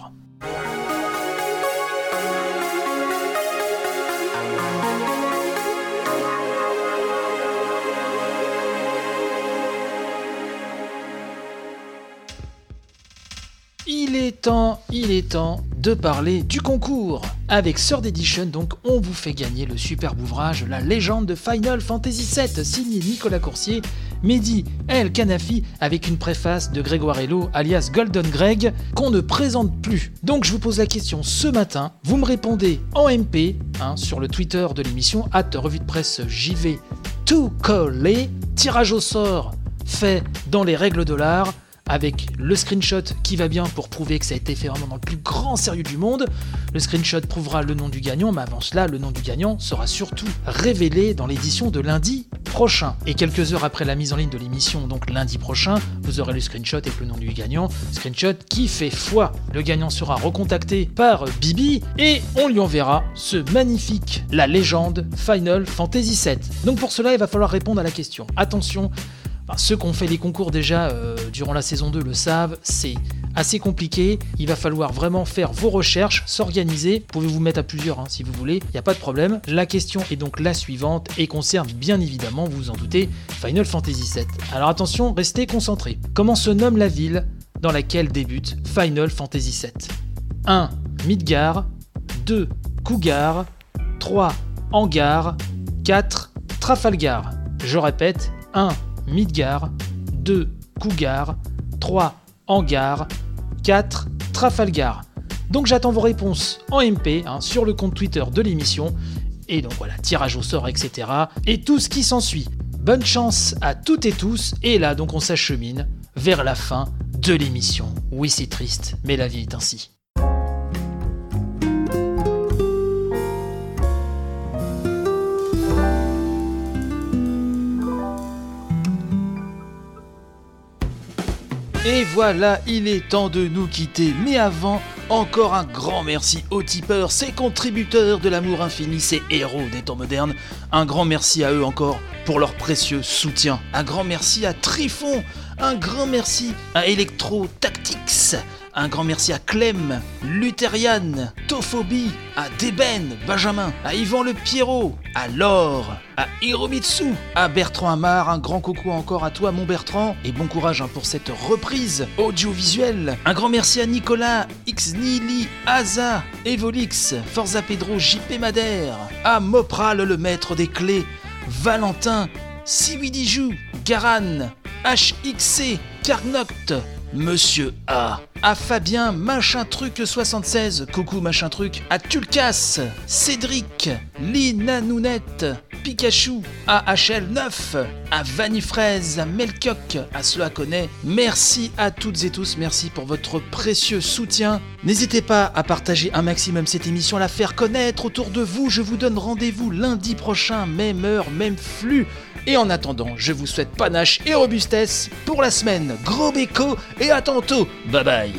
Il est temps, il est temps de parler du concours. Avec Third Edition, donc, on vous fait gagner le superbe ouvrage La légende de Final Fantasy sept, signé Nicolas Coursier, Mehdi El Kanafi, avec une préface de Grégoire Hello, alias Golden Greg, qu'on ne présente plus. Donc je vous pose la question ce matin, vous me répondez en M P, hein, sur le Twitter de l'émission, at revue de presse J V, tout collé, tirage au sort fait dans les règles de l'art, avec le screenshot qui va bien pour prouver que ça a été fait vraiment dans le plus grand sérieux du monde. Le screenshot prouvera le nom du gagnant, mais avant cela, le nom du gagnant sera surtout révélé dans l'édition de lundi prochain. Et quelques heures après la mise en ligne de l'émission, donc lundi prochain, vous aurez le screenshot avec le nom du gagnant, screenshot qui fait foi. Le gagnant sera recontacté par Bibi et on lui enverra ce magnifique La légende Final Fantasy sept. Donc pour cela, il va falloir répondre à la question. Attention, enfin, ceux qui ont fait les concours déjà euh, durant la saison deux le savent, c'est assez compliqué, il va falloir vraiment faire vos recherches, s'organiser, vous pouvez vous mettre à plusieurs hein, si vous voulez, il n'y a pas de problème. La question est donc la suivante et concerne bien évidemment, vous vous en doutez, Final Fantasy sept. Alors attention, restez concentrés. Comment se nomme la ville dans laquelle débute Final Fantasy sept? un. Midgar, deux. Cougar, trois. Hangar, quatre. Trafalgar. Je répète, un. Midgar, deux. Cougar, trois. Hangar, quatre. Trafalgar. Donc j'attends vos réponses en M P hein, sur le compte Twitter de l'émission. Et donc voilà, tirage au sort, et cetera. Et tout ce qui s'ensuit. Bonne chance à toutes et tous. Et là donc on s'achemine vers la fin de l'émission. Oui c'est triste, mais la vie est ainsi. Et voilà, il est temps de nous quitter. Mais avant, Encore un grand merci aux tipeurs, ces contributeurs de l'amour infini, ces héros des temps modernes. Un grand merci à eux encore pour leur précieux soutien. Un grand merci à Trifon, un grand merci à Electro Tactics, un grand merci à Clem, Luthériane, Tophobie, à Deben, Benjamin, à Yvan Le Pierrot, à Laure, à Hiromitsu, à Bertrand Amar, un grand coucou encore à toi mon Bertrand, et bon courage hein, pour cette reprise audiovisuelle. Un grand merci à Nicolas, Xnili, Aza, Evolix, Forza Pedro, J P Madère, à Mopral le maître des clés, Valentin, Siwidijou, Garan, H X C, Carnoct, Monsieur A, à Fabien Machin Truc soixante-seize, coucou Machin Truc, à Tulkas, Cédric, Lina Nounette, Pikachu, à H L neuf, à Vanifraise, à Melcock, à Cela Connaît. Merci à toutes et tous, merci pour votre précieux soutien. N'hésitez pas à partager un maximum cette émission, à la faire connaître autour de vous. Je vous donne rendez-vous lundi prochain, même heure, même flux. Et en attendant, je vous souhaite panache et robustesse pour la semaine. Gros béco et à tantôt. Bye bye.